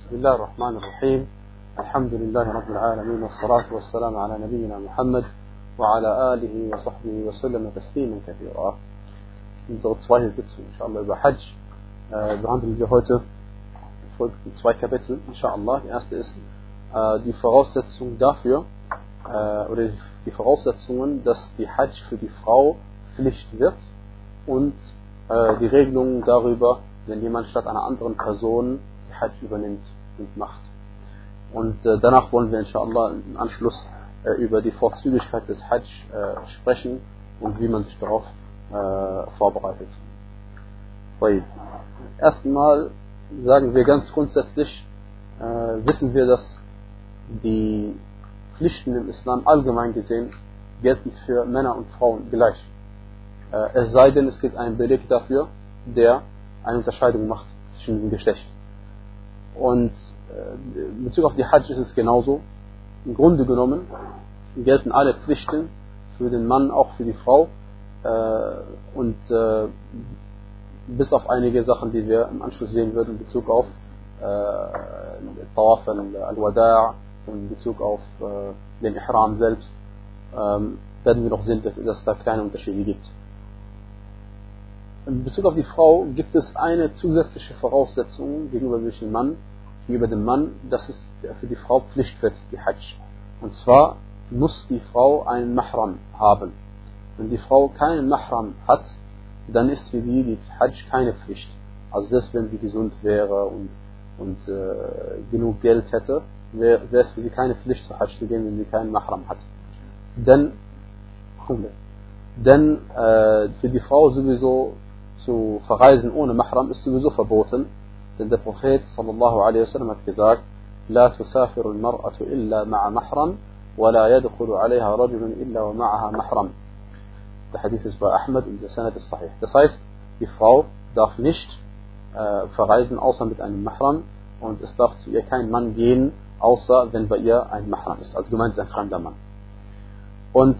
بسم الله الرحمن الرحيم. الحمد لله رب العالمين والصلاة والسلام على نبينا Muhammad وعلى آله وصحبه وسلم تسليما كثيرا. Unsere zweite Sitzung, inshallah, über Hajj behandeln wir heute folgenden zwei Kapitel, inshallah. Die erste ist die Voraussetzung dafür, oder die Voraussetzungen, dass die Hajj für die Frau Pflicht wird und die Regelungen darüber, wenn jemand statt einer anderen Person die Hajj übernimmt und macht. Und danach wollen wir inshallah im Anschluss über die Vorzüglichkeit des Hajj sprechen und wie man sich darauf vorbereitet. Erstmal sagen wir ganz grundsätzlich, wissen wir, dass die Pflichten im Islam allgemein gesehen gelten für Männer und Frauen gleich. Es sei denn, es gibt einen Beleg dafür, der eine Unterscheidung macht zwischen dem Geschlecht. Und in Bezug auf die Hajj ist es genauso. Im Grunde genommen gelten alle Pflichten für den Mann, auch für die Frau, und bis auf einige Sachen, die wir im Anschluss sehen würden in Bezug auf Tawaf al-Wada' und in Bezug auf den Ihram selbst, werden wir noch sehen, dass es da kleine Unterschiede gibt. In Bezug auf die Frau gibt es eine zusätzliche Voraussetzung gegenüber dem Mann, dass es für die Frau Pflicht wird, die Hajj. Und zwar muss die Frau einen Mahram haben. Wenn die Frau keinen Mahram hat, dann ist für die Hajj keine Pflicht. Also selbst wenn sie gesund wäre und genug Geld hätte, wäre es für sie keine Pflicht zur Hajj zu gehen, wenn sie keinen Mahram hat. Denn für die Frau sowieso zu verreisen ohne Mahram ist sowieso verboten. Denn der Prophet sallallahu alaihi wasallam hat gesagt: لا تسافر المرأة إلا مع محرم ولا يدخل عليها رجل إلا ومعها محرم. Der Hadith ist bei Ahmad und der Sanad ist sahih. Das heißt, die Frau darf nicht verreisen, außer mit einem Mahram, und es darf zu ihr kein Mann gehen, außer wenn bei ihr ein Mahram ist. Also gemeint ist ein fremder Mann. Und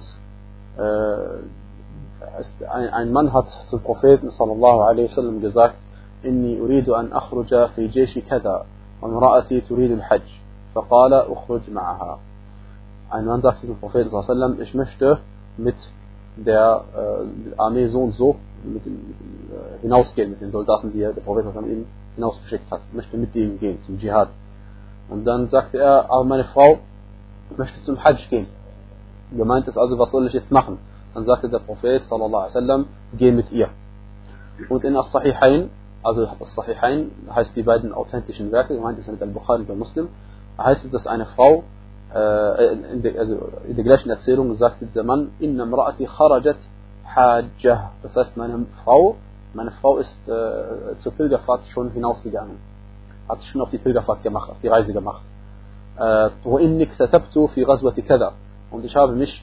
ein Mann hat zum Propheten sallallahu alaihi wasallam gesagt: إني أريد أن أخرج في جيش كذا وامرأتي تريد الحج فقال أخرج معها. Ein Mann sagte zum Propheten sallallahu alaihi wasallam: ich möchte mit der Armee so und so hinausgehen, mit den Soldaten, die der Prophet sallallahu alaihi wasallam hinausgeschickt hat. Ich möchte mit ihm gehen zum Dschihad. Und dann sagte er: aber meine Frau möchte zum Hajj gehen. Gemeint ist also, was soll ich jetzt machen? Dann sagte der Prophet sallallahu alaihi wasallam: geh mit ihr. Und in As-Sahihain, also As-Sahihain heißt die beiden authentischen Werke, gemeint ist mit Al-Bukhari und Muslim, heißt es, dass eine Frau, in der gleichen Erzählung sagte der Mann: Inna imra'ati kharajat hajjah. Das heißt, meine Frau ist zur Pilgerfahrt schon hinausgegangen, hat sich schon auf die Pilgerfahrt gemacht, auf die Reise gemacht. Wa inni katabtu fi ghazwati kadha. Und ich habe mich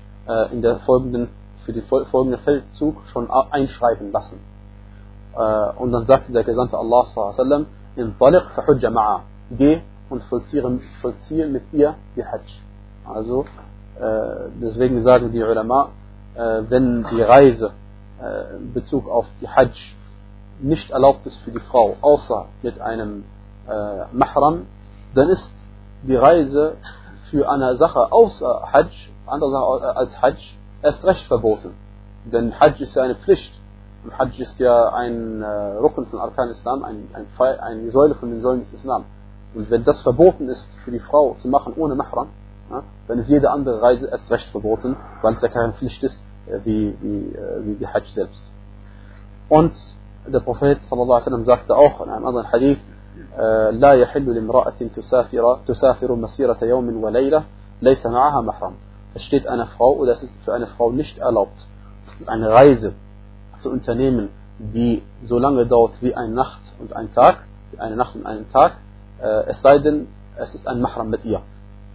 für den folgenden Feldzug schon einschreiben lassen. Und dann sagte der Gesandte Allah sallallahu alaihi wasallam: Intaliq fa hujja ma'a. Geh und vollziehe mit ihr die Hajj. Also deswegen sagen die Ulama, wenn die Reise in Bezug auf die Hajj nicht erlaubt ist für die Frau, außer mit einem Mahram, dann ist die Reise für eine Sache außer Hajj, andere Sache als Hajj, erst recht verboten. Denn Hajj ist ja eine Pflicht. Und Hajj ist ja ein Rukn von Arkan Islam, eine Säule von den Säulen des Islam. Und wenn das verboten ist für die Frau zu machen ohne Mahram, ja, dann ist jede andere Reise erst recht verboten, weil es ja keine Pflicht ist, wie die Hajj selbst. Und der Prophet sallallahu alaihi wasallam sagte auch in einem anderen Hadith: لا يحل لامرأة تسافر مسيرة يوم وليلة ليس معها محرم. Es steht einer Frau, oder es ist für eine Frau nicht erlaubt, eine Reise zu unternehmen, die so lange dauert wie eine Nacht und ein Tag, es sei denn, es ist ein Mahram mit ihr.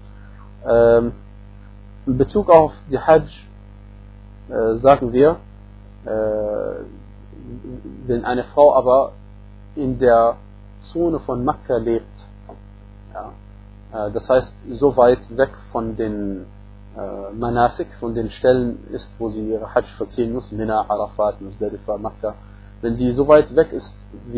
In Bezug auf die Hajj sagen wir, wenn eine Frau aber in der Zone von Mekka lebt, ja, das heißt so weit weg von den Manasik, von den Stellen ist, wo sie ihre Hajj vollziehen muss, Mina, Arafat, Muzdalifa, Mekka, wenn sie so weit weg ist,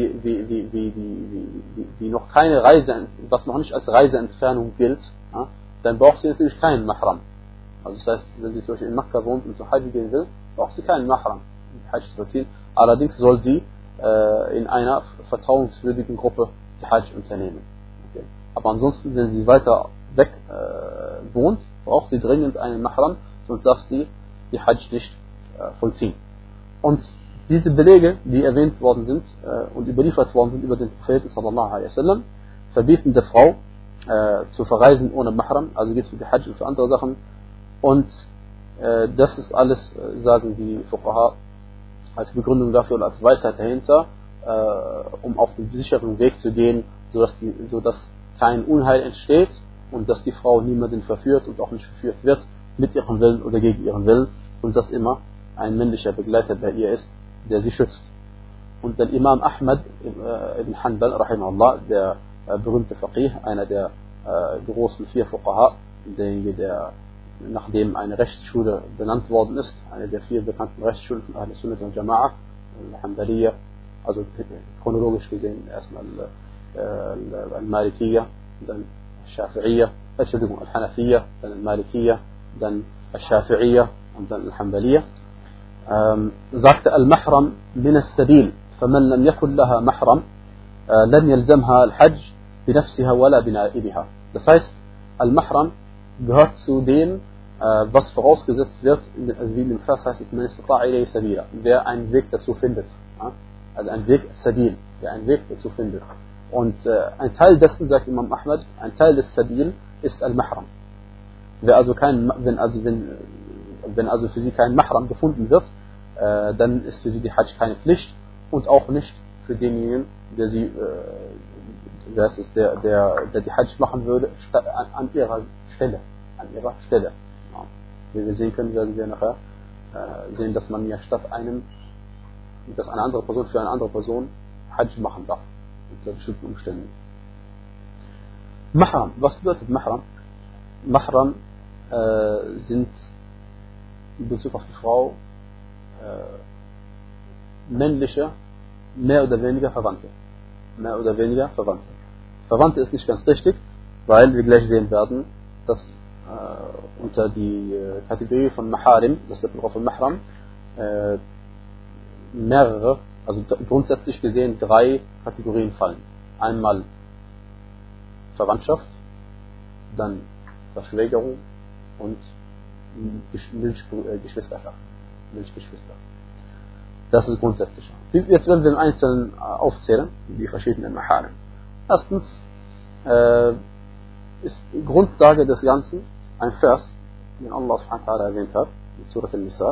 wie noch keine Reise, was noch nicht als Reiseentfernung gilt, ja, dann braucht sie natürlich keinen Mahram. Also das heißt, wenn sie zum Beispiel in Mekka wohnt und zur Hajj gehen will, braucht sie keinen Mahram, die Hajj zu vollziehen. Allerdings soll sie in einer vertrauenswürdigen Gruppe die Hajj unternehmen. Okay. Aber ansonsten, wenn sie weiter weg wohnt, braucht sie dringend einen Mahram, sonst darf sie die Hajj nicht vollziehen. Und diese Belege, die erwähnt worden sind und überliefert worden sind über den Propheten sallallahu alaihi wasallam, verbieten der Frau zu verreisen ohne Mahram, also geht es für die Hajj und für andere Sachen. Und das ist alles, sagen die Fuqaha, als Begründung dafür und als Weisheit dahinter, um auf den sicheren Weg zu gehen, sodass kein Unheil entsteht und dass die Frau niemanden verführt und auch nicht verführt wird mit ihrem Willen oder gegen ihren Willen und dass immer ein männlicher Begleiter bei ihr ist, der sie schützt. Und der Imam Ahmad ibn Hanbal, rahimahullah, der berühmte Faqih, einer der großen 4 Fuqaha, derjenige, der nachdem eine Rechtsschule benannt worden ist, eine der 4 bekannten Rechtsschulen von Ahl Sunnah und Jama'a, Al-Hanbaliyya, also chronologisch gesehen erstmal Al-Malikiyya, dann Al-Shafi'iyya, Al-Hanafiyya, dann Al-Malikiyya, dann Al-Shafi'iyya und dann Al-Hanbaliyya, sagte Al-Mahram min as-Sabil, فمن لم يكن لها محرم لن يلزمها الحج بنفسها ولا بنائبها. Das heißt, Al-Mahram gehört zu dem, was vorausgesetzt wird, also wie im Vers heißt es, wer einen Weg dazu findet. Ja? Also ein Weg, Sabil, der einen Weg dazu findet. Und ein Teil dessen, sagt Imam Ahmad, ein Teil des Sabil ist Al-Mahram. Wenn also für sie kein Mahram gefunden wird, dann ist für sie die Hajj keine Pflicht und auch nicht für denjenigen, der die Hajj machen würde, an ihrer Stelle. Ja. Wie wir sehen können, werden wir nachher sehen, dass man ja dass eine andere Person für eine andere Person Hajj machen darf. Unter bestimmten Umständen. Mahram. Was bedeutet Mahram? Mahram sind in Bezug auf die Frau männliche, mehr oder weniger Verwandte. Verwandte ist nicht ganz richtig, weil wir gleich sehen werden, dass unter die Kategorie von Maharim, das ist der Begriff von Mahram, mehrere, also grundsätzlich gesehen 3 Kategorien fallen. Einmal Verwandtschaft, dann Verschwägerung und Milchgeschwisterschaft. Das ist grundsätzlich. Jetzt werden wir im Einzelnen aufzählen, die verschiedenen Maharim. Erstens ist die Grundlage des Ganzen ein Vers, den Allah subhanahu wa ta'ala erwähnt hat, in Surah An-Nisa.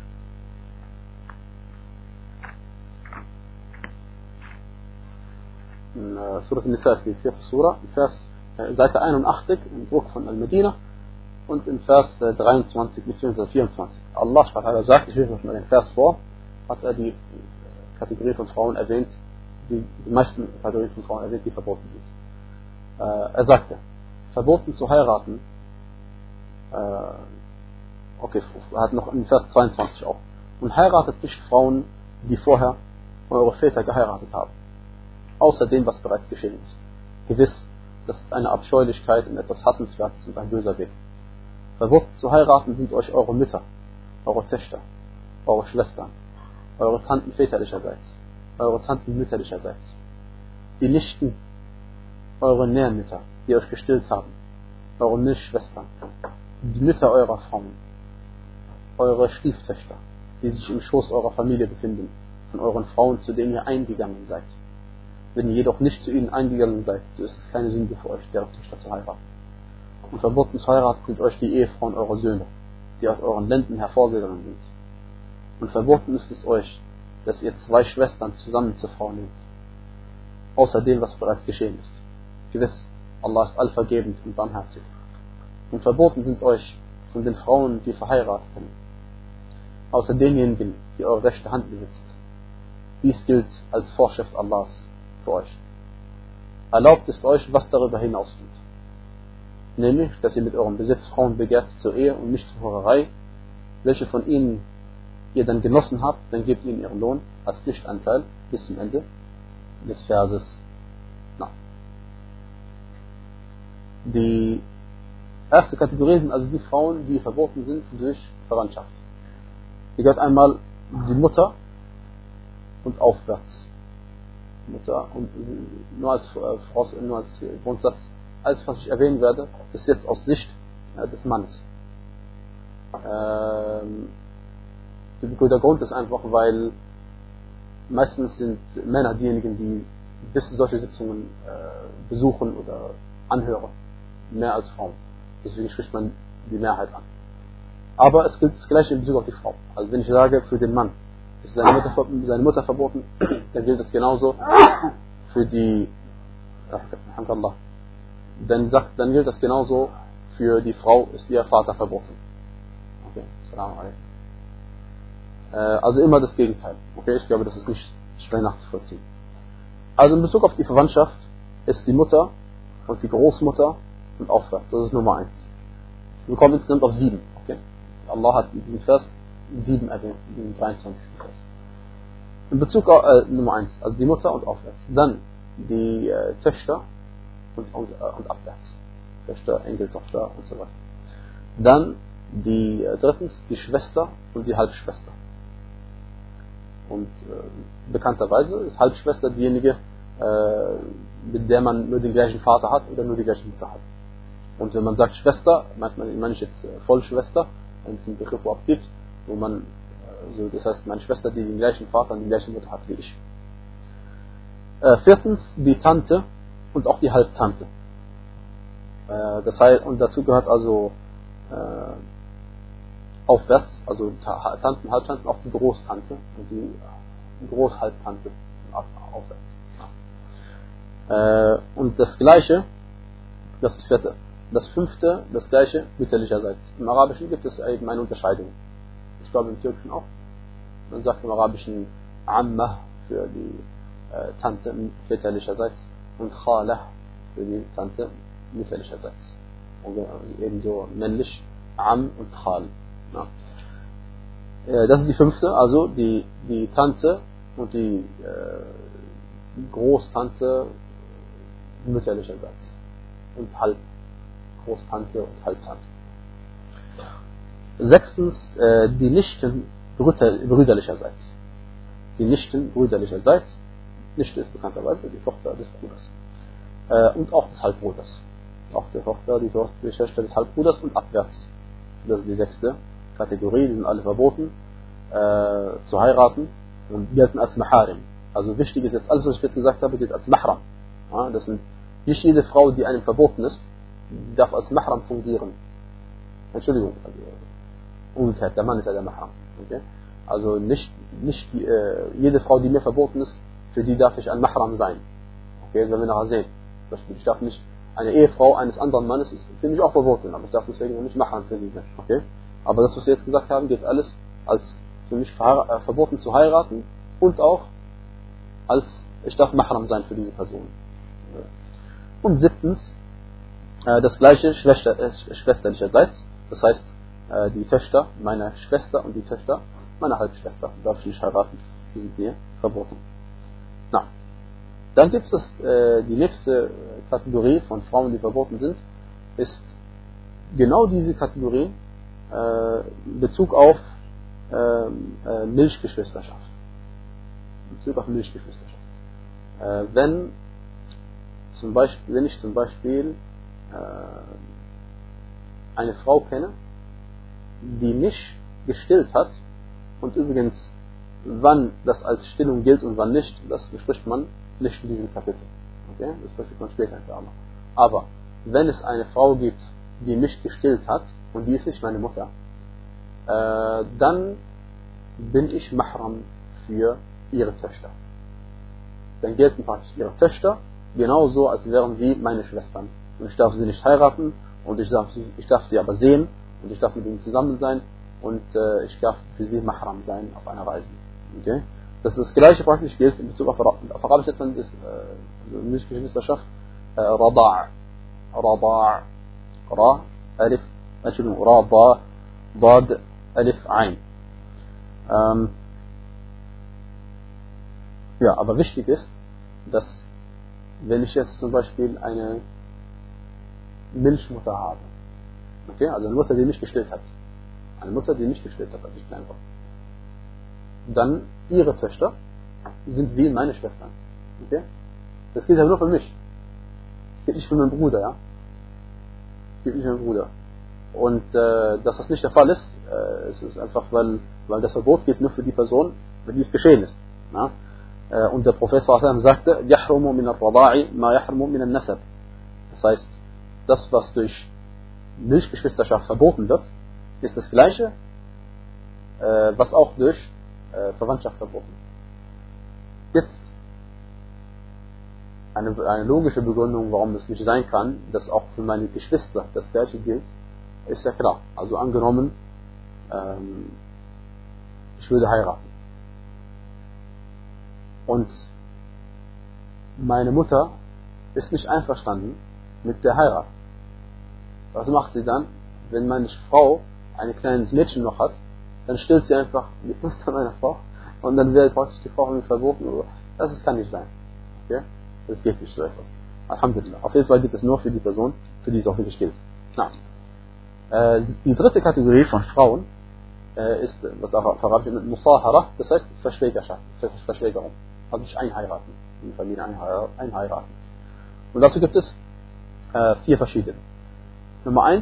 Surah An-Nisa ist die 4. Surah, Vers Seite 81 im Druck von Al-Medina und im Vers 23 bzw. 24. Allah subhanahu wa ta'ala sagt, ich lese euch mal den Vers vor, hat er die Kategorie von Frauen erwähnt, die meisten Kategorien von Frauen erwähnt, die verboten sind. Er sagte, verboten zu heiraten, er hat noch in Vers 22 auch, und heiratet nicht Frauen, die vorher eure Väter geheiratet haben, außer dem, was bereits geschehen ist. Gewiss, das ist eine Abscheulichkeit und etwas Hassenswertes und ein böser Weg. Verboten zu heiraten sind euch eure Mütter, eure Töchter, eure Schwestern, eure Tanten väterlicherseits, eure Tanten mütterlicherseits, die Nichten, eure Nährmütter, die euch gestillt haben, eure Milchschwestern, die Mütter eurer Frauen, eure Stieftöchter, die sich im Schoß eurer Familie befinden, von euren Frauen, zu denen ihr eingegangen seid. Wenn ihr jedoch nicht zu ihnen eingegangen seid, so ist es keine Sünde für euch, deren Töchter zu heiraten. Und verboten zu heiraten sind euch die Ehefrauen eurer Söhne, die aus euren Lenden hervorgegangen sind. Und verboten ist es euch, dass ihr 2 Schwestern zusammen zur Frau nehmt, außer dem, was bereits geschehen ist. Gewiss, Allah ist allvergebend und barmherzig. Und verboten sind euch von den Frauen, die verheiratet sind, außer denjenigen, die eure rechte Hand besitzt. Dies gilt als Vorschrift Allahs für euch. Erlaubt ist euch, was darüber hinausgeht. Nämlich, dass ihr mit eurem Besitz Frauen begehrt zur Ehe und nicht zur Hurerei, welche von ihnen ihr dann genossen habt, dann gebt ihnen ihren Lohn, als Pflichtanteil bis zum Ende des Verses. Na. Die erste Kategorie sind also die Frauen, die verboten sind durch Verwandtschaft. Hier gehört einmal die Mutter und aufwärts. Mutter und nur als Grundsatz, alles was ich erwähnen werde, ist jetzt aus Sicht des Mannes. Der Grund ist einfach, weil meistens sind Männer diejenigen, die bis solche Sitzungen besuchen oder anhören, mehr als Frauen. Deswegen spricht man die Mehrheit an. Aber es gilt das Gleiche in Bezug auf die Frau. Also wenn ich sage, für den Mann ist seine Mutter verboten, dann gilt das genauso für die dann gilt das genauso für die Frau, ist ihr Vater verboten. Okay, Assalamu alaikum. Also immer das Gegenteil. Okay, ich glaube, das ist nicht schwer nachzuvollziehen. Also in Bezug auf die Verwandtschaft ist die Mutter und die Großmutter und aufwärts. Das ist Nummer 1. Wir kommen insgesamt auf 7. Okay? Allah hat in diesem Vers 7 erwähnt, in diesem 23. Vers. In Bezug auf Nummer 1, also die Mutter und aufwärts. Dann die Töchter und abwärts. Töchter, Enkeltochter und so weiter. Dann drittens die Schwester und die Halbschwester. Und bekannterweise ist Halbschwester diejenige, mit der man nur den gleichen Vater hat oder nur die gleiche Mutter hat. Und wenn man sagt Schwester, meine ich jetzt Vollschwester, wenn es einen Begriff abgibt, wo man, also das heißt meine Schwester, die den gleichen Vater und die gleiche Mutter hat wie ich. Viertens die Tante und auch die Halbtante. Das heißt, und dazu gehört also aufwärts, also Tanten, Halbtanten, auch die Großtante und die Großhalbtante aufwärts. Und das Gleiche, das vierte. Das fünfte, das Gleiche mütterlicherseits. Im Arabischen gibt es eben eine Unterscheidung. Ich glaube im Türkischen auch. Man sagt im Arabischen Amma für die Tante väterlicherseits und Khalah für die Tante mütterlicherseits. Und ebenso männlich Am und Khal. Ja. Das ist die fünfte, also die Tante und die Großtante mütterlicherseits und Großtante und Halbtante. Sechstens die Nichten brüderlicherseits. Die Nichten brüderlicherseits. Nichte ist bekannterweise die Tochter des Bruders. Und auch des Halbbruders. Auch die Schwester des Halbbruders und abwärts. Das ist die sechste Kategorie, die sind alle verboten zu heiraten und gelten als Maharim. Also wichtig ist jetzt, alles was ich jetzt gesagt habe, gilt als Mahram. Ja, das sind nicht jede Frau, die einem verboten ist, darf als Mahram fungieren. Entschuldigung, also umgekehrt, der Mann ist ja der Mahram. Okay? Also nicht jede Frau, die mir verboten ist, für die darf ich ein Mahram sein. Okay, wenn wir nachher sehen. Ich darf nicht, eine Ehefrau eines anderen Mannes ist für mich auch verboten, aber ich darf deswegen nicht Mahram für sie sein. Okay? Aber das, was wir jetzt gesagt haben, geht alles als für mich verboten zu heiraten und auch als ich darf Mahram sein für diese Person. Und siebtens, das gleiche schwesterlicherseits, das heißt, die Töchter meiner Schwester und die Töchter meiner Halbschwester darf ich nicht heiraten, die sind mir verboten. Na, dann gibt es die nächste Kategorie von Frauen, die verboten sind, ist genau diese Kategorie Bezug auf Milchgeschwisterschaft. Bezug auf Milchgeschwisterschaft. Wenn ich zum Beispiel eine Frau kenne, die mich gestillt hat, und übrigens, wann das als Stillung gilt und wann nicht, das bespricht man nicht in diesem Kapitel. Okay? Das bespricht man später in der Allah. Aber wenn es eine Frau gibt, die mich gestillt hat, und die ist nicht meine Mutter, dann bin ich Mahram für ihre Töchter. Dann gelten praktisch ihre Töchter genauso, als wären sie meine Schwestern. Und ich darf sie nicht heiraten, und ich darf sie aber sehen, und ich darf mit ihnen zusammen sein, und ich darf für sie Mahram sein auf einer Reise. Okay? Das ist das gleiche praktisch gilt in Bezug auf Arabisch ist Milchgeschwisterschaft Rada' Ra, Alif, Entschuldigung, Rada, Dad, Alif, Ein. Ja, aber wichtig ist, dass wenn ich jetzt zum Beispiel eine Milchmutter habe, okay, also eine Mutter, die mich gestillt hat, als ich klein war, dann ihre Töchter sind wie meine Schwestern. Okay? Das gilt ja nur für mich. Das gilt nicht für meinen Bruder, ja? Das gilt nicht für meinen Bruder. Und dass das nicht der Fall ist, es ist einfach, weil das Verbot gilt nur für die Person, für die es geschehen ist. Ja? Und der Prophet sallallahu alaihi wasallam sagte, يَحْرُمُ مِنَ الرَّضَاعِ مَا يَحْرُمُ مِنَ النَّسَبِ. Das heißt, das, was durch Milchgeschwisterschaft verboten wird, ist das Gleiche, was auch durch Verwandtschaft verboten wird. Jetzt eine logische Begründung, warum das nicht sein kann, dass auch für meine Geschwister das Gleiche gilt, ist ja klar. Also angenommen, ich würde heiraten. Und meine Mutter ist nicht einverstanden mit der Heirat. Was macht sie dann? Wenn meine Frau ein kleines Mädchen noch hat, dann stillt sie einfach die Brüste meiner Frau und dann wird praktisch die Frau verboten. Das kann nicht sein. Okay? Das geht nicht so etwas. Alhamdulillah. Auf jeden Fall geht es nur für die Person, für die es auch wirklich gilt. Die dritte Kategorie von Frauen ist, was auch verraten wird, Musahara, das heißt Verschwägerung. Also nicht einheiraten, in der Familie einheiraten. Und dazu gibt es 4 verschiedene. Nummer 1,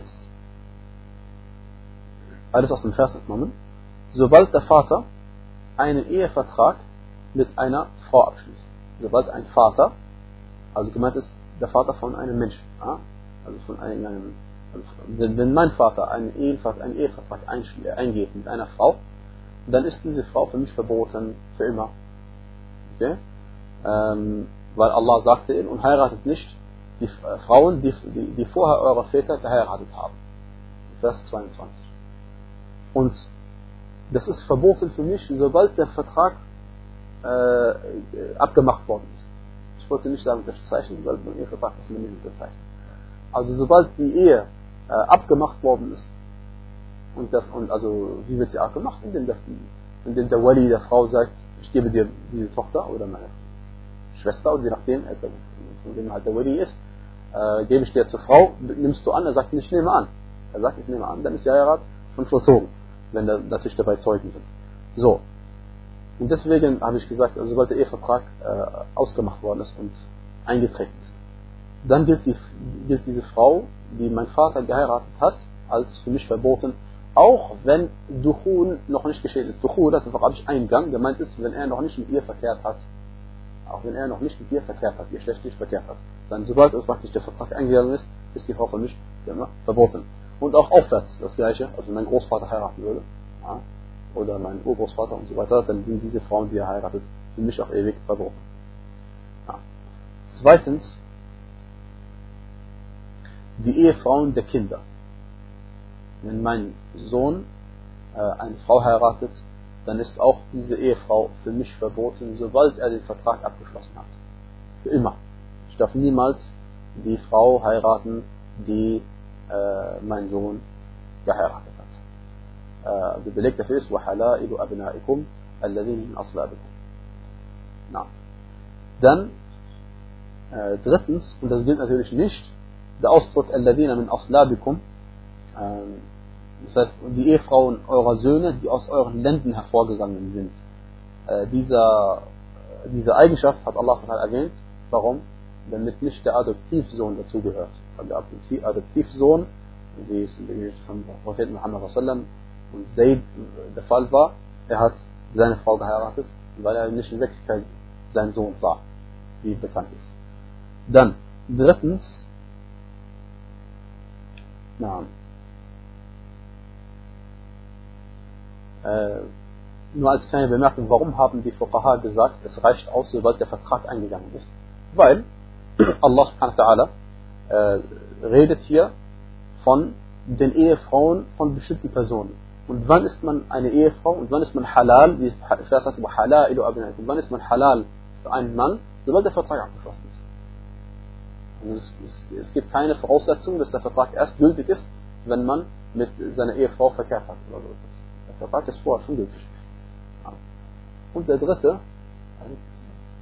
alles aus dem Vers entnommen. Sobald der Vater einen Ehevertrag mit einer Frau abschließt. Sobald ein Vater, also gemeint ist der Vater von einem Menschen, also von einem, wenn mein Vater einen Ehevertrag eingeht mit einer Frau, dann ist diese Frau für mich verboten für immer. Okay? Weil Allah sagte ihm, und heiratet nicht die Frauen, die vorher eure Väter geheiratet haben. Vers 22. Und das ist verboten für mich, sobald der Vertrag abgemacht worden ist. Ich wollte nicht sagen unterzeichnen, weil man Ehevertrag muss man nicht unterzeichnen. Also sobald die Ehe abgemacht worden ist, und also wie wird sie abgemacht? Indem der Wali der Frau sagt, ich gebe dir diese Tochter oder meine Schwester, und je nachdem, von dem halt der Wali ist, gebe ich dir zur Frau, nimmst du an, er sagt, ich nehme an. Er sagt, ich nehme an, dann ist die Heirat schon vollzogen, wenn natürlich dabei Zeugen sind. So. Und deswegen habe ich gesagt, also sobald der Ehevertrag ausgemacht worden ist und eingetreten ist, dann gilt diese Frau, die mein Vater geheiratet hat, als für mich verboten, auch wenn Dukhul noch nicht geschehen ist. Dukhul, das ist einfach Eingang, gemeint ist, wenn er noch nicht mit ihr verkehrt hat, geschlechtlich verkehrt hat. Dann sobald es praktisch der Vertrag eingegangen ist die Frau für mich immer verboten. Und auch aufwärts das Gleiche, also wenn mein Großvater heiraten würde, ja, oder mein Urgroßvater und so weiter, dann sind diese Frauen, die er heiratet, für mich auch ewig verboten. Ja. Zweitens, die Ehefrauen der Kinder. Wenn mein Sohn eine Frau heiratet, dann ist auch diese Ehefrau für mich verboten, sobald er den Vertrag abgeschlossen hat. Für immer. Ich darf niemals die Frau heiraten, die mein Sohn geheiratet hat. Der Beleg dafür ist وَحَلَائِلُ أَبْنَائِكُمْ الَّذِينَ مِنْ أَصْلَابِكُمْ. Dann drittens, und das gilt natürlich nicht, der Ausdruck الَّذِينَ مِنْ أَصْلَابِكُمْ, das heißt, die Ehefrauen eurer Söhne, die aus euren Lenden hervorgegangen sind. Diese Eigenschaft hat Allah erwähnt. Warum? Damit nicht der Adoptivsohn dazugehört. Weil der Adoptivsohn, wie es in der Geschichte von Propheten Muhammad und Zayd der Fall war, er hat seine Frau geheiratet, weil er nicht in Wirklichkeit sein Sohn war, wie bekannt ist. Dann, drittens, nur als kleine Bemerkung, warum haben die Fuqaha gesagt, es reicht aus, sobald der Vertrag eingegangen ist? Weil Allah subhanahu wa ta'ala redet hier von den Ehefrauen von bestimmten Personen. Und wann ist man eine Ehefrau und wann ist man halal, wie es heißt, und wann ist man halal für einen Mann, sobald der Vertrag abgeschlossen ist. Also es gibt keine Voraussetzung, dass der Vertrag erst gültig ist, wenn man mit seiner Ehefrau verkehrt hat oder so etwas. Der Vertrag ist vorher schon gültig. Ja. Und der dritte,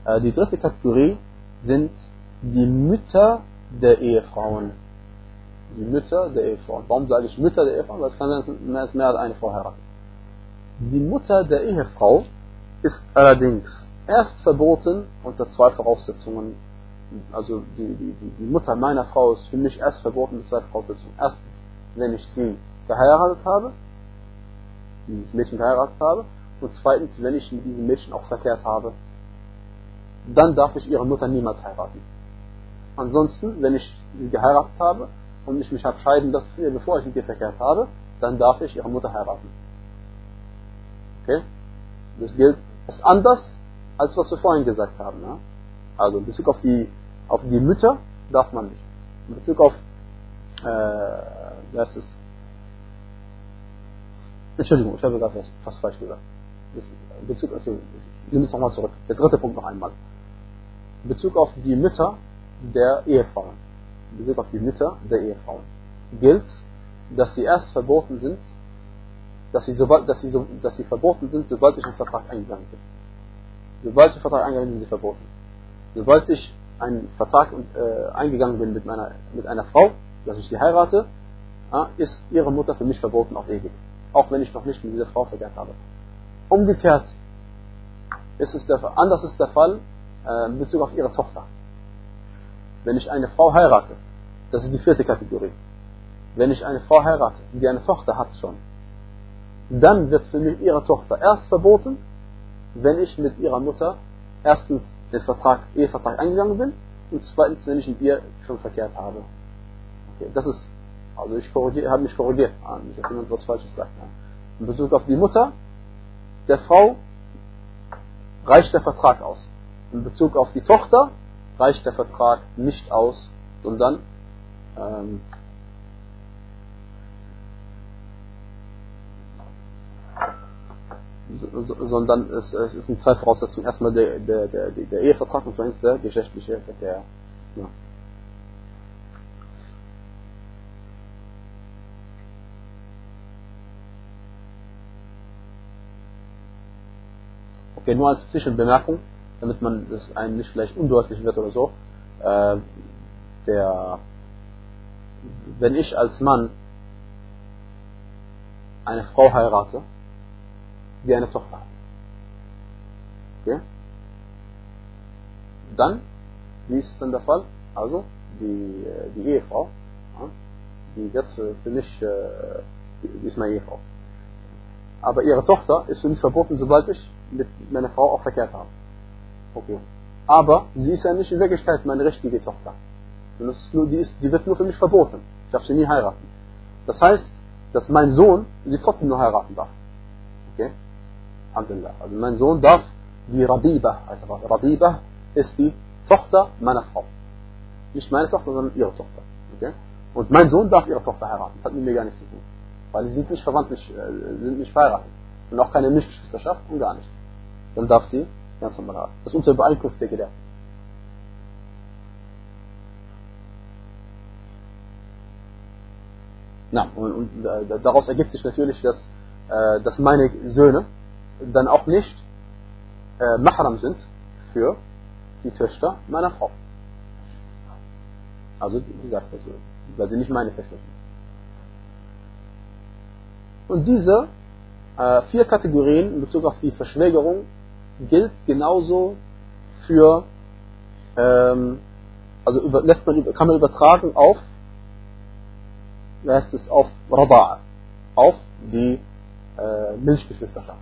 Die dritte Kategorie sind die Mütter der Ehefrauen. Die Mütter der Ehefrauen. Warum sage ich Mütter der Ehefrauen? Weil es kann sein, dass mehr als eine Frau heiratet. Die Mutter der Ehefrau ist allerdings erst verboten unter zwei Voraussetzungen. Also die Mutter meiner Frau ist für mich erst verboten unter zwei Voraussetzungen. Erstens, wenn ich sie geheiratet habe, dieses Mädchen geheiratet habe, und zweitens, wenn ich mit diesem Mädchen auch verkehrt habe, dann darf ich ihre Mutter niemals heiraten. Ansonsten, wenn ich sie geheiratet habe und ich mich habe scheiden lassen, bevor ich mit ihr verkehrt habe, dann darf ich ihre Mutter heiraten. Okay? Das ist anders, als was wir vorhin gesagt haben. Ja? Also in Bezug auf die Mütter darf man nicht. In Bezug auf Entschuldigung, ich habe gerade fast falsch gesagt. In Bezug, ich nehme es nochmal zurück. Der dritte Punkt noch einmal. In Bezug auf die Mütter der Ehefrauen. In Bezug auf die Mütter der Ehefrauen gilt, dass sie erst verboten sind, dass sie verboten sind, sobald ich einen Vertrag eingegangen bin. Sobald ich einen Vertrag eingegangen bin, sind sie verboten. Sobald ich einen Vertrag eingegangen bin mit einer Frau, dass ich sie heirate, ist ihre Mutter für mich verboten auf ewig. Auch wenn ich noch nicht mit dieser Frau verkehrt habe. Umgekehrt anders ist der Fall in Bezug auf ihre Tochter. Wenn ich eine Frau heirate, das ist die vierte Kategorie. Wenn ich eine Frau heirate, die eine Tochter hat schon, dann wird für mich ihre Tochter erst verboten, wenn ich mit ihrer Mutter erstens den Ehevertrag eingegangen bin und zweitens, wenn ich mit ihr schon verkehrt habe. Okay, das ist, also ich habe mich korrigiert, nicht, dass jemand was Falsches sagt. In Bezug auf die Mutter der Frau reicht der Vertrag aus. In Bezug auf die Tochter reicht der Vertrag nicht aus, sondern es sind zwei Voraussetzungen. Erstmal der Ehevertrag und zweitens der geschlechtliche Verkehr. Ja. Okay, nur als Zwischenbemerkung, damit man das einem nicht vielleicht undeutlich wird oder so. Wenn ich als Mann eine Frau heirate, die eine Tochter hat, okay, dann, wie ist es dann der Fall? Also, die Ehefrau, die wird für mich, die ist meine Ehefrau. Aber ihre Tochter ist für mich verboten, sobald ich mit meiner Frau auch verkehrt habe. Okay. Aber sie ist ja nicht in Wirklichkeit meine richtige Tochter. Und das ist nur, die wird nur für mich verboten. Ich darf sie nie heiraten. Das heißt, dass mein Sohn sie trotzdem nur heiraten darf. Okay? Alhamdulillah. Also mein Sohn darf die Rabiba, also Rabiba ist die Tochter meiner Frau. Nicht meine Tochter, sondern ihre Tochter. Okay? Und mein Sohn darf ihre Tochter heiraten. Das hat mit mir gar nichts zu tun. Weil sie sind nicht verwandt, sind nicht verheiratet. Und auch keine Mischgeschwisterschaft und gar nichts. Dann darf sie ganz normal heiraten. Das ist unsere Übereinkunft der Gelehrten. Na, und daraus ergibt sich natürlich, dass meine Söhne dann auch nicht Mahram sind für die Töchter meiner Frau. Also, wie gesagt, weil sie nicht meine Töchter sind. Und diese 4 Kategorien in Bezug auf die Verschwägerung gilt genauso für, kann man übertragen auf, auf Raba'a, auf die Milchgeschwisterschaft.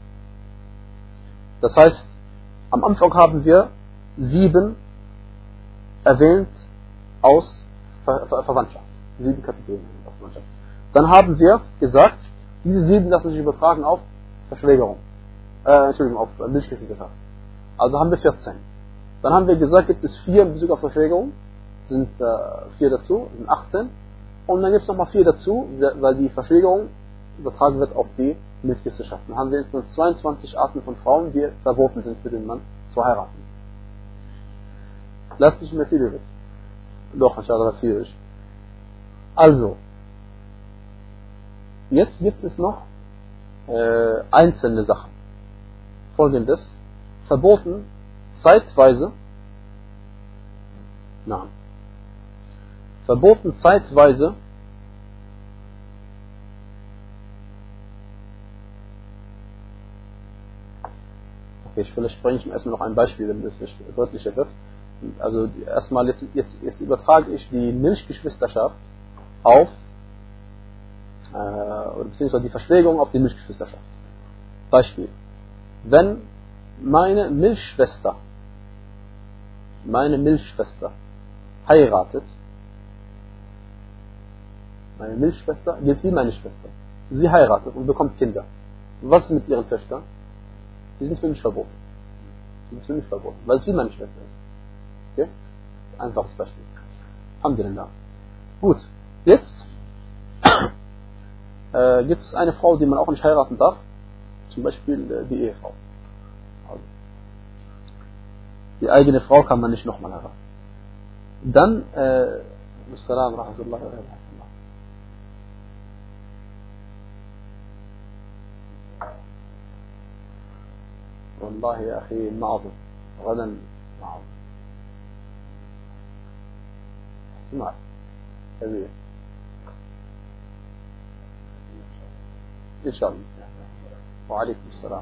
Das heißt, am Anfang haben wir 7 erwähnt aus Verwandtschaft. 7 Kategorien aus Verwandtschaft. Dann haben wir gesagt, diese 7 lassen sich übertragen auf Verschwägerung. Auf Milchgeschwisterschaft. Also haben wir 14. Dann haben wir gesagt, gibt es 4 in Bezug auf Verschwägerung, sind 4 dazu, sind 18. Und dann gibt es nochmal 4 dazu, weil die Verschwägerung übertragen wird auf die Milchgeschwisterschaft. Dann haben wir insgesamt 22 Arten von Frauen, die verboten sind für den Mann zu heiraten. Bleibt nicht mehr viel übrig. Doch, inshallah, viel übrig. Also, jetzt gibt es noch einzelne Sachen. Folgendes: verboten zeitweise, verboten zeitweise, okay, vielleicht bringe ich erstmal noch ein Beispiel, damit es deutlicher wird. Also erstmal jetzt übertrage ich die Milchgeschwisterschaft auf, oder beziehungsweise die Verschwägerung auf die Milchgeschwisterschaft. Beispiel. Wenn meine Milchschwester heiratet, meine Milchschwester gilt wie meine Schwester. Sie heiratet und bekommt Kinder. Was ist mit ihren Töchtern? Die sind für mich verboten. Weil es wie meine Schwester ist. Okay? Einfaches Beispiel. Alhamdulillah. Gut, jetzt gibt es eine Frau, die man auch nicht heiraten darf. Zum Beispiel die Ehefrau. Also, die eigene Frau kann man nicht nochmal heiraten. Dann, Assalam rahmatullah. والله يا أخي معظم غدا معظم سمع كبير إن شاء الله وعليكم السلام.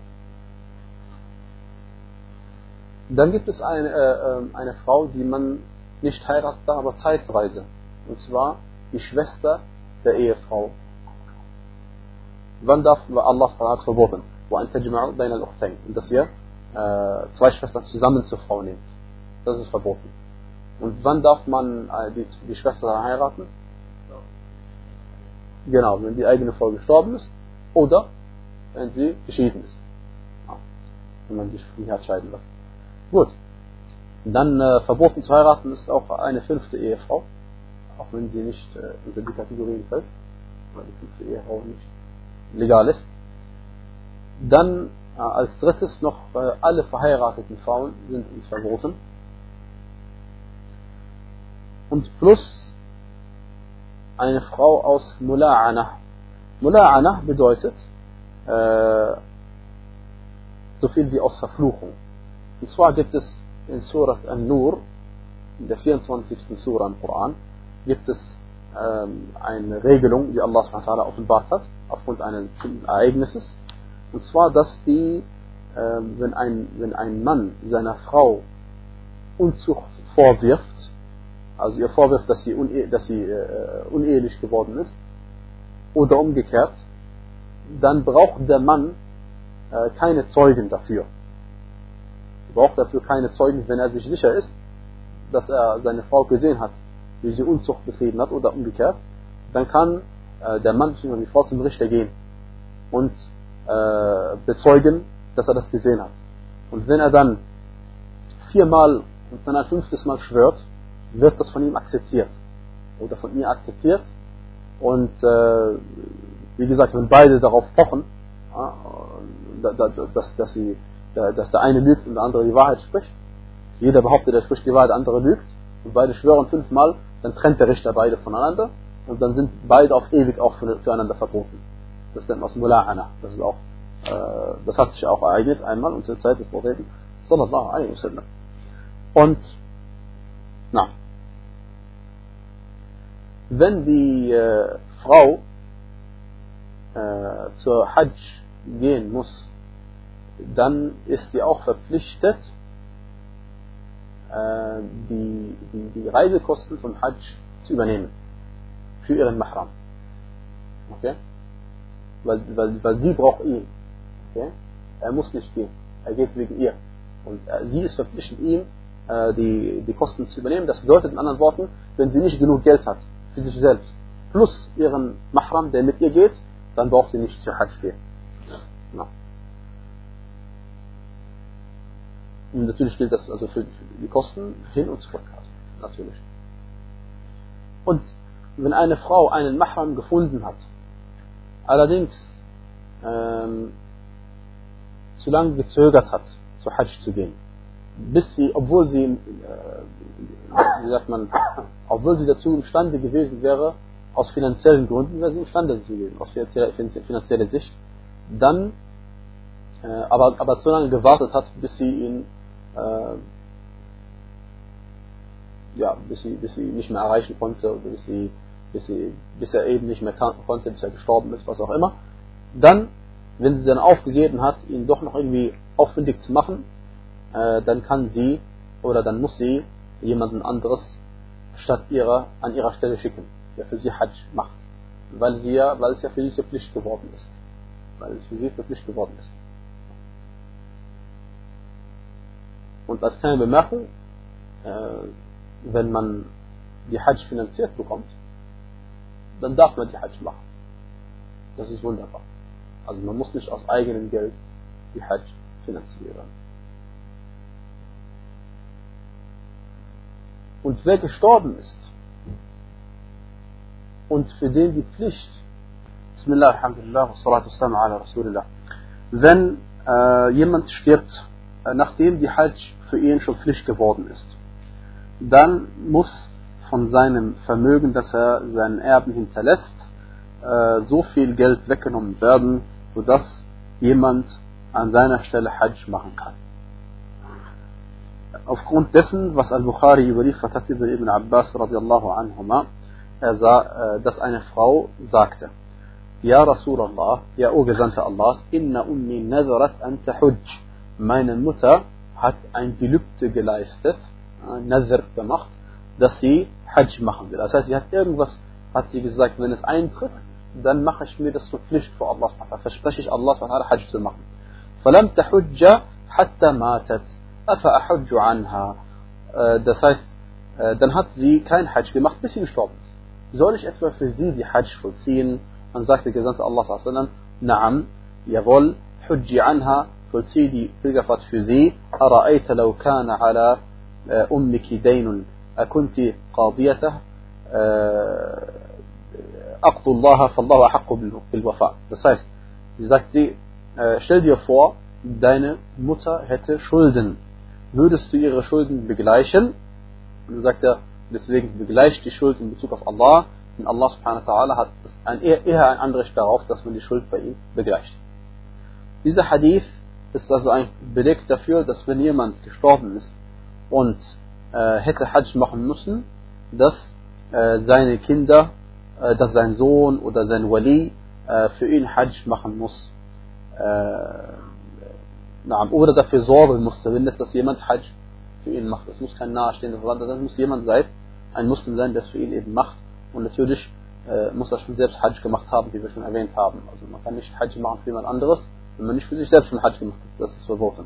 Dann gibt es eine Frau, die man nicht heiratet, aber zeitweise. Und zwar die Schwester der Ehefrau. Wann darf Allah verboten? Und dass ihr zwei Schwestern zusammen zur Frau nehmt. Das ist verboten. Und wann darf man die Schwester dann heiraten? Genau, wenn die eigene Frau gestorben ist oder wenn sie geschieden ist. Ja, wenn man sich nicht hat scheiden lassen. Gut. Dann verboten zu heiraten ist auch eine 5. Ehefrau, auch wenn sie nicht unter die Kategorien fällt, weil die 5. Ehefrau nicht legal ist. Dann als drittes noch alle verheirateten Frauen sind uns verboten. Und plus eine Frau aus Mula'ana. Mula'ana bedeutet so viel wie aus Verfluchung. Und zwar gibt es in Surat An-Nur, in der 24. Surah im Koran, gibt es eine Regelung, die Allah subhanahu wa ta'ala offenbart hat, aufgrund eines Ereignisses. Und zwar, dass wenn ein Mann seiner Frau Unzucht vorwirft, also ihr vorwirft, dass sie unehelich geworden ist, oder umgekehrt, dann braucht der Mann keine Zeugen dafür. Er braucht dafür keine Zeugen, wenn er sich sicher ist, dass er seine Frau gesehen hat, wie sie Unzucht betrieben hat, oder umgekehrt, dann kann der Mann bzw. die Frau zum Richter gehen und bezeugen, dass er das gesehen hat. Und wenn er dann 4-mal und dann ein 5. Mal schwört, wird das von ihm akzeptiert oder von ihr akzeptiert. Und wie gesagt, wenn beide darauf pochen, dass der eine lügt und der andere die Wahrheit spricht, jeder behauptet, er spricht die Wahrheit, der andere lügt, und beide schwören 5-mal, dann trennt der Richter beide voneinander und dann sind beide auf ewig auch füreinander verboten. Das ist dann aus Mula'ana. Das ist auch, das hat sich auch ereignet einmal und zur Zeit des Propheten sallallahu alaihi wasallam. Und wenn die Frau zur Hajj gehen muss, dann ist sie auch verpflichtet, die Reisekosten vom Hajj zu übernehmen für ihren Mahram. Okay? Weil sie braucht ihn. Okay? Er muss nicht gehen. Er geht wegen ihr. Und sie ist verpflichtet, ihm die Kosten zu übernehmen. Das bedeutet in anderen Worten, wenn sie nicht genug Geld hat für sich selbst, plus ihren Mahram, der mit ihr geht, dann braucht sie nicht zur Hajj gehen. Ja. Und natürlich gilt das also für die Kosten hin und zurück. Natürlich. Und wenn eine Frau einen Mahram gefunden hat, allerdings zu lange gezögert hat, zur Hajj zu gehen, bis sie, obwohl sie dazu imstande gewesen wäre, aus finanziellen Gründen wäre sie imstande gewesen, aus finanzieller Sicht, dann aber zu lange gewartet hat, bis sie ihn bis sie nicht mehr erreichen konnte, oder bis er eben nicht mehr konnte, bis er gestorben ist, was auch immer. Dann, wenn sie dann aufgegeben hat, ihn doch noch irgendwie aufwendig zu machen, dann dann muss sie jemanden anderes an ihrer Stelle schicken, der für sie Hajj macht. Weil es ja für sie zur Pflicht geworden ist. Und als kleine Bemerkung, wenn man die Hajj finanziert bekommt, dann darf man die Hajj machen. Das ist wunderbar. Also man muss nicht aus eigenem Geld die Hajj finanzieren. Und wer gestorben ist und für den die Pflicht, Bismillah, Alhamdulillah, wa salatu wassalamu ala Rasulillah, wenn jemand stirbt, nachdem die Hajj für ihn schon Pflicht geworden ist, dann muss von seinem Vermögen, das er seinen Erben hinterlässt, so viel Geld weggenommen werden, sodass jemand an seiner Stelle Hajj machen kann. Aufgrund dessen, was Al-Bukhari überliefert hat über Ibn Abbas radiallahu anhuma, dass eine Frau sagte: Ja Rasulallah, ja O Gesandter Allahs, inna ummi nazarat an tahujj. Meine Mutter hat ein Gelübde geleistet, ein Nazar gemacht, dass sie Hajj machen will. Das heißt, hat sie gesagt, wenn es eintritt, dann mache ich mir das zur Pflicht vor Allah, verspreche ich Allah Hajj zu machen. فَلَمْ تَحُجَّ حَتَّى مَاتَتْ أَفَأَحُجُّ عَنْهَا. Das heißt, dann hat sie kein Hajj gemacht, bis sie gestorben ist. Soll ich etwa für sie die Hajj vollziehen? Dann sagte der Gesandte Allah: Naam, jawohl, Hujji anha, vollziehe die Pilgerfahrt für sie. أَرَأَيْتَ لَوْ كَانَ عَلَى أُمِّكِ دَيْنٌ أَكُنْتِ قَاضِيَتَهُ أَقْضُ اللَّهَ فَاللَّهُ أَحَقُّ بِالْوَفَاءِ. Das heißt, stell dir vor, deine Mutter hätte Schulden. Würdest du ihre Schulden begleichen? Und dann sagt er, deswegen begleicht die Schuld in Bezug auf Allah. Und Allah subhanahu wa ta'ala hat eher ein Anrecht darauf, dass man die Schuld bei ihm begleicht. Dieser Hadith ist also ein Beleg dafür, dass wenn jemand gestorben ist und hätte Hajj machen müssen, dass seine Kinder, dass sein Sohn oder sein Wali für ihn Hajj machen muss. Oder dafür sorgen musste, wenn das jemand Hajj für ihn macht. Es muss kein nahestehender Verwandter sein, es muss jemand sein, ein Muslim sein, der es für ihn eben macht. Und natürlich muss er schon selbst Hajj gemacht haben, wie wir schon erwähnt haben. Also man kann nicht Hajj machen für jemand anderes, wenn man nicht für sich selbst schon Hajj gemacht hat. Das ist verboten.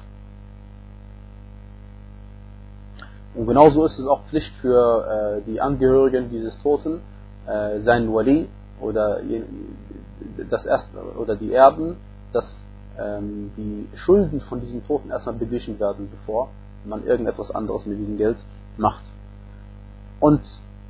Und genauso ist es auch Pflicht für die Angehörigen dieses Toten, sein Wali oder die Erben, dass die Schulden von diesem Toten erstmal beglichen werden, bevor man irgendetwas anderes mit diesem Geld macht. Und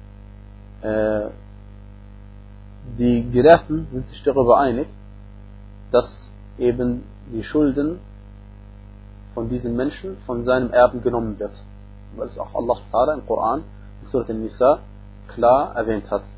die Gelehrten sind sich darüber einig, dass eben die Schulden von diesem Menschen von seinem Erben genommen wird, weil es auch Allah subhanahu wa ta'ala im Koran, in Surat An-Nisa, klar erwähnt hat.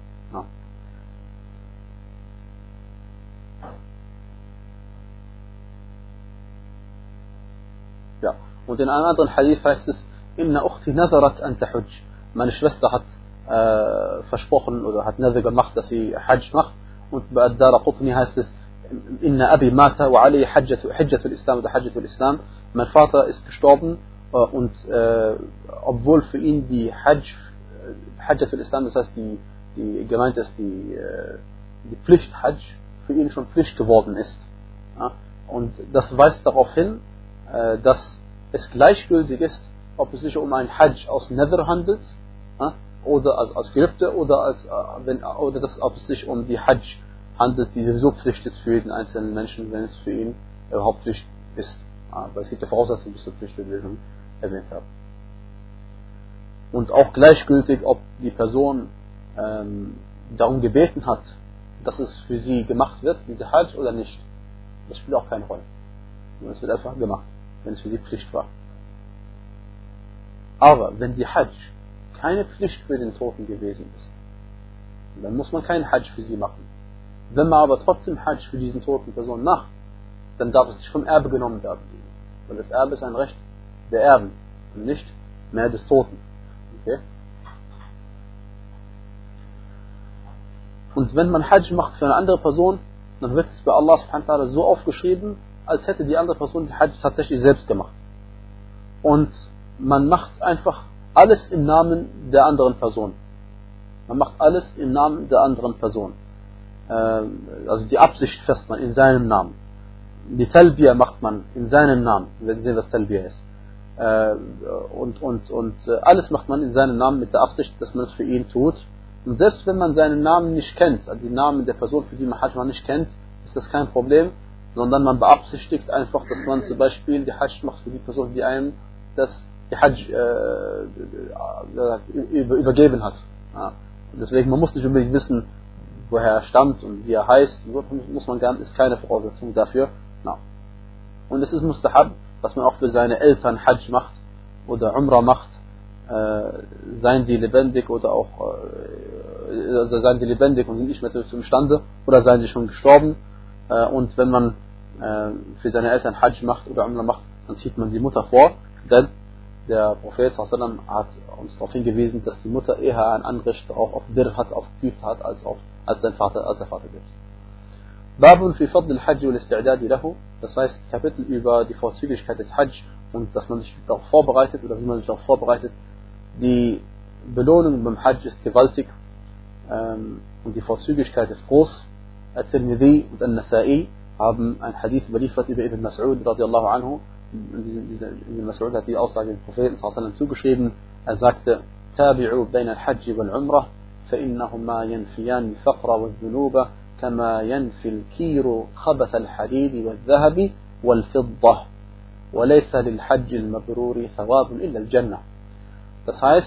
Ja. Und in einem anderen Hadith heißt es: Inna ukhti nazarat an tahujj. Meine Schwester hat versprochen oder hat Nazar gemacht, dass sie Hajj macht. Und bei Ad-Daraqutni heißt es: Inna abi mata wa alayhi hajjatul Islam oder hajjatul Islam. Mein Vater ist gestorben und obwohl für ihn die Hajjatul Islam, das heißt die gemeint ist die Pflicht Hajj, für ihn schon Pflicht geworden ist. Ja? Und das weist darauf hin, dass es gleichgültig ist, ob es sich um ein Hajj aus Nazar handelt, oder als Gelübde, oder ob es sich um die Hajj handelt, die sowieso Pflicht ist für jeden einzelnen Menschen, wenn es für ihn überhaupt Pflicht ist. Weil es gibt ja Voraussetzungen bis zur Pflicht, wie wir schon erwähnt haben. Und auch gleichgültig, ob die Person darum gebeten hat, dass es für sie gemacht wird, diese Hajj, oder nicht. Das spielt auch keine Rolle. Es wird einfach gemacht, wenn es für sie Pflicht war. Aber wenn die Hajj keine Pflicht für den Toten gewesen ist, dann muss man keinen Hajj für sie machen. Wenn man aber trotzdem Hajj für diesen toten Person macht, dann darf es nicht vom Erbe genommen werden. Weil das Erbe ist ein Recht der Erben und nicht mehr des Toten. Okay? Und wenn man Hajj macht für eine andere Person, dann wird es bei Allah subhanahu wa ta'ala so aufgeschrieben, als hätte die andere Person die Hajj tatsächlich selbst gemacht. Und man macht einfach alles im Namen der anderen Person. Man macht alles im Namen der anderen Person. Also die Absicht fest man in seinem Namen. Die Talbiya macht man in seinem Namen, wenn Sie sehen, was Talbiya ist. Und alles macht man in seinem Namen mit der Absicht, dass man es für ihn tut. Und selbst wenn man seinen Namen nicht kennt, also den Namen der Person, für die man Hajj nicht kennt, ist das kein Problem, sondern man beabsichtigt einfach, dass man zum Beispiel die Hajj macht für die Person, die einem die Hajj übergeben hat. Ja. Deswegen, man muss nicht unbedingt wissen, woher er stammt und wie er heißt, muss man gar, ist keine Voraussetzung dafür. Ja. Und es ist Mustahab, was man auch für seine Eltern Hajj macht oder Umrah macht, seien sie lebendig oder auch also seien sie lebendig und sind nicht mehr zustande oder seien sie schon gestorben. Und wenn man für seine Eltern Hajj macht oder Umrah macht, dann zieht man die Mutter vor, denn der Prophet sallam hat uns darauf hingewiesen, dass die Mutter eher ein Anrecht auf Birr hat, auf Güte hat, als der Vater gibt. Babun fi Fadl al-Hajj wal Isti'dad lahu, das heißt Kapitel über die Vorzüglichkeit des Hajj und dass man sich darauf vorbereitet oder wie man sich darauf vorbereitet. Die Belohnung beim Hajj ist gewaltig und die Vorzüglichkeit ist groß. At-Tirmidhi und An-Nasa'i haben ein Hadith überliefert über Ibn Mas'ud radiallahu anhu. Ibn Mas'ud hat die Aussage des Propheten sallam zugeschrieben. Er sagte: Tabi'u bain al-Hajj wal-Umrah فإنهما ينفيان الفقر والذنوب كما ينفي الكير خبث الحديد والذهب والفضة وليس للحج المبرور ثواب إلا الجنة. Das heißt,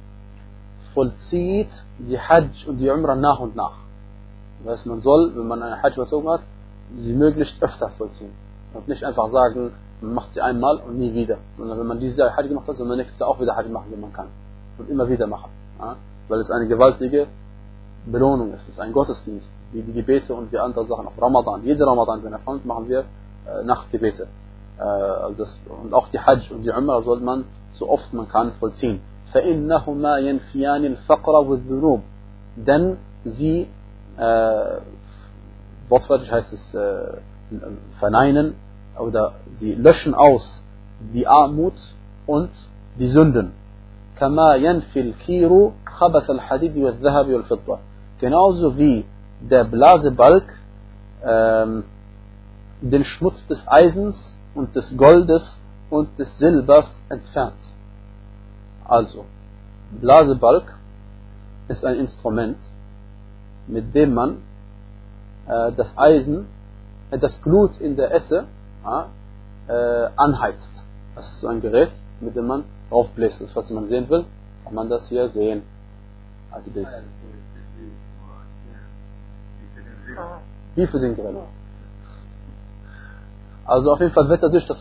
vollzieht die Hajj und die Umrah nach und nach. Das heißt, man soll, wenn man eine Hajj verzogen hat, sie möglichst öfter vollziehen. Und nicht einfach sagen, man macht sie einmal und nie wieder. Sondern wenn man dieses Jahr Hajj gemacht hat, soll man nächstes Jahr auch wieder Hajj machen, wenn man kann. Und immer wieder machen. Ja? Weil es eine gewaltige Belohnung ist. Es ist ein Gottesdienst, wie die Gebete und wie andere Sachen. Auch Ramadan. Jede Ramadan, wenn er kommt, machen wir Nachtgebete. Und auch die Hajj und die Umrah soll man so oft man kann vollziehen. فإنهما ينفيان الفقر والذنوب. Denn sie, wortwörtlich heißt es verneinen oder sie löschen aus die Armut und die Sünden. كما ينفي الكير خبث الحديد والذهب والفضة. Genauso wie der Blasebalg den Schmutz des Eisens und des Goldes und des Silbers entfernt. Also, Blasebalg ist ein Instrument, mit dem man das Eisen, das Glut in der Esse anheizt. Das ist so ein Gerät, mit dem man aufbläst. Das, was man sehen will, kann man das hier sehen. Also Bild. Wie für den Grill. Also auf jeden Fall wird dadurch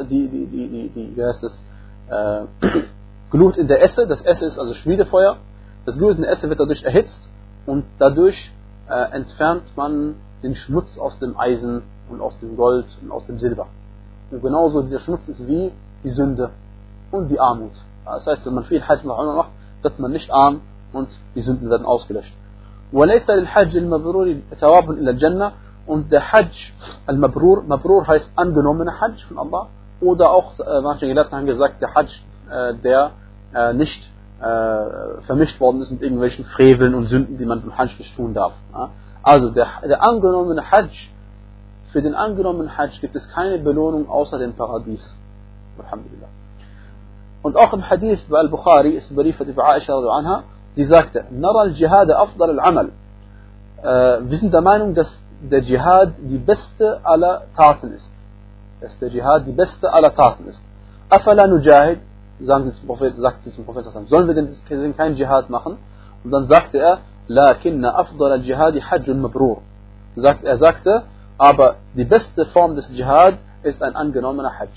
Glut in der Esse, das Esse ist also Schmiedefeuer, das Glut in der Esse wird dadurch erhitzt und dadurch entfernt man den Schmutz aus dem Eisen und aus dem Gold und aus dem Silber. Und genauso dieser Schmutz ist wie die Sünde und die Armut. Das heißt, wenn man viel Hajj macht, wird man nicht arm und die Sünden werden ausgelöscht. وَلَيْسَ لِلْحَجِّ الْمَبْرُورِ ثَوَابٌ إِلَّا الْجَنَّةِ. Und der Hajj, al-Mabrur, Mabrur heißt angenommener Hajj von Allah. Oder auch, manche Gelehrten haben gesagt, der Hajj, der nicht vermischt worden ist mit irgendwelchen Freveln und Sünden, die man beim Hajj nicht tun darf. Also der angenommene Hajj, für den angenommenen Hajj gibt es keine Belohnung außer dem Paradies. Alhamdulillah. Und auch im Hadith bei Al-Bukhari ist überliefert über Aisha radhiyallahu anha, die sagte: Nara al-Jihad afdal al-Amal. Wir sind der Meinung, dass der Dschihad die beste aller Taten ist. Dass der Dschihad die beste aller Taten ist. Afala nujahid, sagt sie zum Prophet, sollen wir denn keinen Dschihad machen? Und dann sagte er: Lakinna afdal al-Jihad hajjun mabrur. Er sagte, aber die beste Form des Dschihad ist ein angenommener Hajj.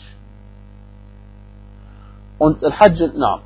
Und Al-Hajj,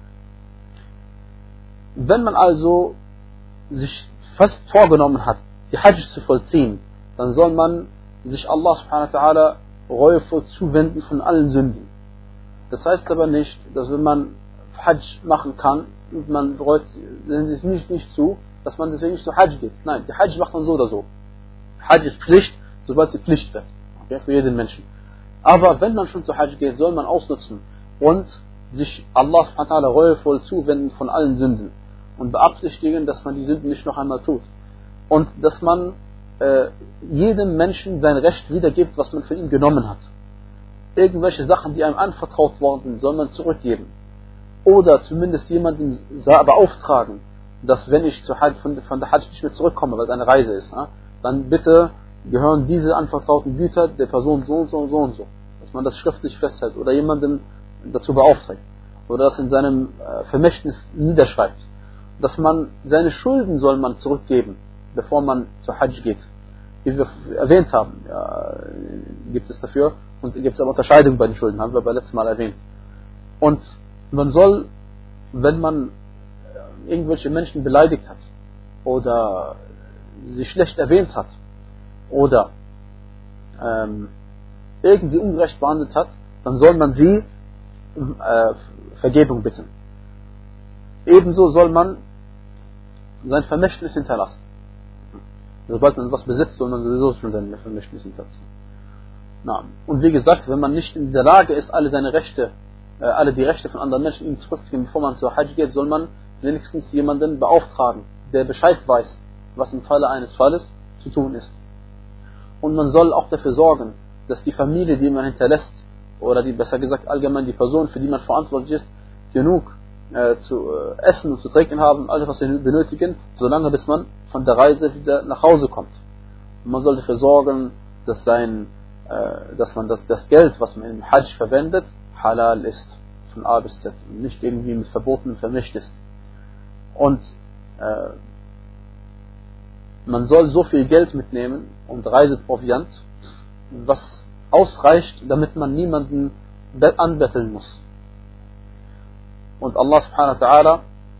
wenn man also sich fest vorgenommen hat, die Hajj zu vollziehen, dann soll man sich Allah subhanahu wa ta'ala Reue zuwenden von allen Sünden. Das heißt aber nicht, dass wenn man Hajj machen kann und man bereut es nicht zu, dass man deswegen nicht zu Hajj geht. Nein, die Hajj macht man so oder so. Hajj ist Pflicht, sobald sie Pflicht wird. Okay, für jeden Menschen. Aber wenn man schon zu Hajj geht, soll man ausnutzen und sich Allah subhanahu wa ta'ala reuevoll zuwenden von allen Sünden und beabsichtigen, dass man die Sünden nicht noch einmal tut. Und dass man jedem Menschen sein Recht wiedergibt, was man von ihm genommen hat. Irgendwelche Sachen, die einem anvertraut worden sind, soll man zurückgeben. Oder zumindest jemanden beauftragen, dass wenn ich von der Hajj nicht mehr zurückkomme, weil es eine Reise ist, dann bitte gehören diese anvertrauten Güter der Person so und so und so und so. Dass man das schriftlich festhält oder jemanden dazu beauftragt. Oder das in seinem Vermächtnis niederschreibt. Dass man seine Schulden soll man zurückgeben, bevor man zur Hajj geht. Wie wir erwähnt haben, gibt es dafür. Und gibt es aber Unterscheidungen bei den Schulden, haben wir beim letzten Mal erwähnt. Und man soll, wenn man irgendwelche Menschen beleidigt hat oder sie schlecht erwähnt hat oder irgendwie ungerecht behandelt hat, dann soll man sie um Vergebung bitten. Ebenso soll man sein Vermächtnis hinterlassen. Sobald man was besitzt, soll man sowieso schon sein Vermächtnis hinterlassen. Na, und wie gesagt, wenn man nicht in der Lage ist, alle die Rechte von anderen Menschen ihm zurückzugeben, bevor man zur Hajj geht, soll man wenigstens jemanden beauftragen, der Bescheid weiß, was im Falle eines Falles zu tun ist. Und man soll auch dafür sorgen, dass die Familie, die man hinterlässt, oder besser gesagt allgemein die Person, für die man verantwortlich ist, genug zu essen und zu trinken haben, alles was sie benötigen, solange bis man von der Reise wieder nach Hause kommt. Und man soll dafür sorgen, dass man das Geld, was man im Hajj verwendet, halal ist, von A bis Z, und nicht irgendwie mit Verboten vermischt ist. Und man soll so viel Geld mitnehmen und Reiseproviant, was ausreicht, damit man niemanden anbetteln muss. Und Allah subhanahu wa ta'ala,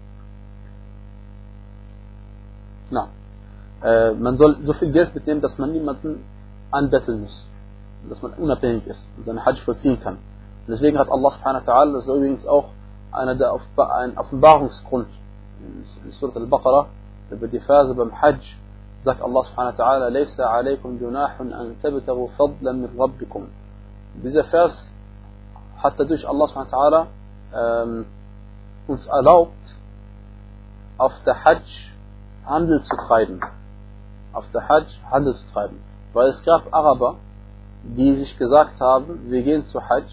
man soll so viel Geld mitnehmen, dass man niemanden anbetteln muss, dass man unabhängig ist und seinen Hajj vollziehen kann. Und deswegen hat Allah subhanahu wa ta'ala, das ist übrigens auch ein Offenbarungsgrund in Surah Al-Baqarah, über die Verse beim Hajj, sagt Allah subhanahu wa ta'ala, لَيْسَ عَلَيْكُمْ جُنَاحٌ أَن تَبْتَغُوا فَضْلًا مِنْ رَبِّكُمْ. Dieser Vers hat dadurch Allah subhanahu wa ta'ala uns erlaubt, auf der Hajj Handel zu treiben. Weil es gab Araber, die sich gesagt haben, wir gehen zu Hajj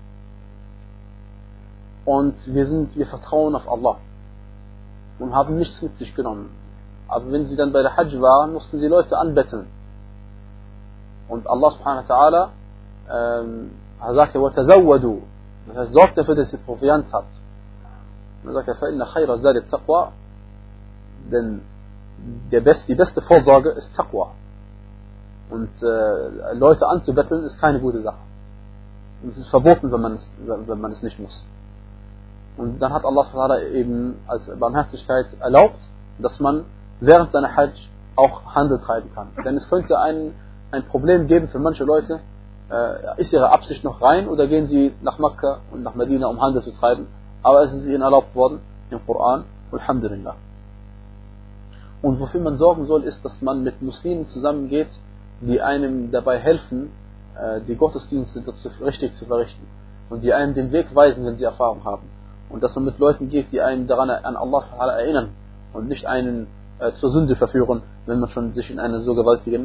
und wir vertrauen auf Allah und haben nichts mit sich genommen. Aber wenn sie dann bei der Hajj waren, mussten sie Leute anbetteln. Und Allah subhanahu wa ta'ala sagte, وَتَزَوَّدُوا. Das heißt, sorgt dafür, dass ihr Proviant habt. Und er sagt, فَإِنَّ خَيْرَ الزَّادِ التَّقْوَى. Denn die beste Vorsorge ist Taqwa. Und Leute anzubetteln ist keine gute Sache. Und es ist verboten, wenn man es nicht muss. Und dann hat Allah subhanahu wa ta'ala eben als Barmherzigkeit erlaubt, dass man während seiner Hajj auch Handel treiben kann. Denn es könnte ein Problem geben für manche Leute, ist ihre Absicht noch rein oder gehen sie nach Mekka und nach Medina, um Handel zu treiben, aber es ist ihnen erlaubt worden im Koran, alhamdulillah. Und wofür man sorgen soll, ist, dass man mit Muslimen zusammengeht, die einem dabei helfen, die Gottesdienste richtig zu verrichten und die einem den Weg weisen, wenn sie Erfahrung haben. Und dass man mit Leuten geht, die einen daran an Allah erinnern und nicht einen zur Sünde verführen, wenn man schon sich in einer so gewaltigen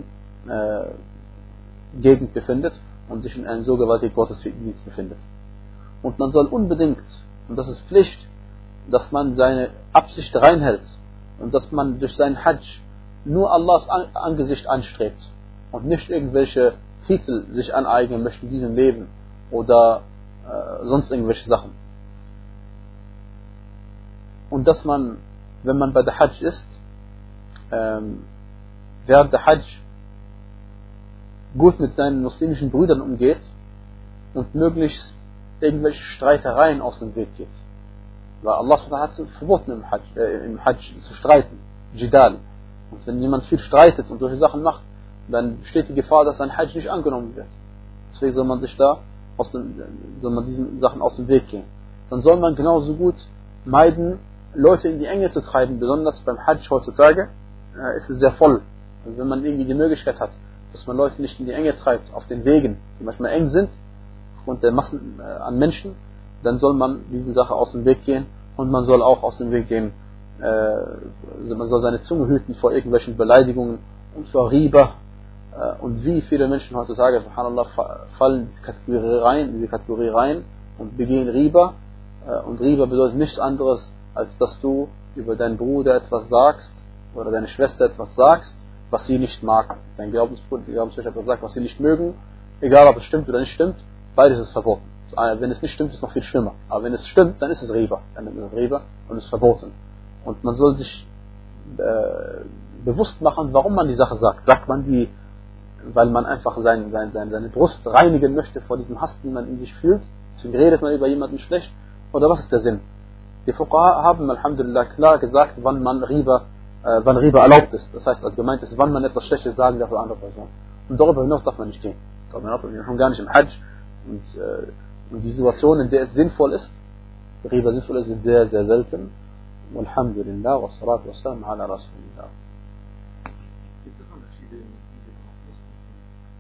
Gegend befindet und sich in einem so gewaltigen Gottesdienst befindet. Und man soll unbedingt, und das ist Pflicht, dass man seine Absicht reinhält und dass man durch seinen Hajj nur Allahs Angesicht anstrebt und nicht irgendwelche Titel sich aneignen möchte in diesem Leben oder sonst irgendwelche Sachen. Und dass man, wenn man bei der Hajj ist, während der Hajj gut mit seinen muslimischen Brüdern umgeht und möglichst irgendwelche Streitereien aus dem Weg geht. Weil Allah hat es verboten im Hajj zu streiten, Jidal. Und wenn jemand viel streitet und solche Sachen macht, dann besteht die Gefahr, dass sein Hajj nicht angenommen wird. Deswegen soll man sich da soll man diesen Sachen aus dem Weg gehen. Dann soll man genauso gut meiden, Leute in die Enge zu treiben, besonders beim Hajj heutzutage ist es sehr voll. Also wenn man irgendwie die Möglichkeit hat, dass man Leute nicht in die Enge treibt, auf den Wegen, die manchmal eng sind, aufgrund der Massen an Menschen, dann soll man diese Sache aus dem Weg gehen und man soll auch aus dem Weg gehen, man soll seine Zunge hüten vor irgendwelchen Beleidigungen und vor Riba. Und wie viele Menschen heutzutage, subhanallah, fallen in diese Kategorie rein und begehen Riba. Und Riba bedeutet nichts anderes, als dass du über deinen Bruder etwas sagst oder deine Schwester etwas sagst, was sie nicht mag. Dein Glaubensschwester etwas sagt, was sie nicht mögen, egal ob es stimmt oder nicht stimmt, beides ist verboten. Wenn es nicht stimmt, ist es noch viel schlimmer. Aber wenn es stimmt, dann ist es Riba. Dann ist es Riba und es ist verboten. Und man soll sich bewusst machen, warum man die Sache sagt. Sagt man die, weil man einfach seine Brust reinigen möchte vor diesem Hass, den man in sich fühlt? Deswegen redet man über jemanden schlecht? Oder was ist der Sinn? Die Fuqaha haben, alhamdulillah, klar gesagt, wann Riba erlaubt ist. Das heißt, als gemeint ist, wann man etwas Schlechtes sagen darf für andere Personen. Und darüber hinaus darf man nicht gehen. Darüber hinaus, wir schon gar nicht im Hajj. Und die Situation, in der es sinnvoll ist, Riba sinnvoll ist, sehr, sehr selten. Walhamdulillah, wassalatu wassalamu ala Rasulillah.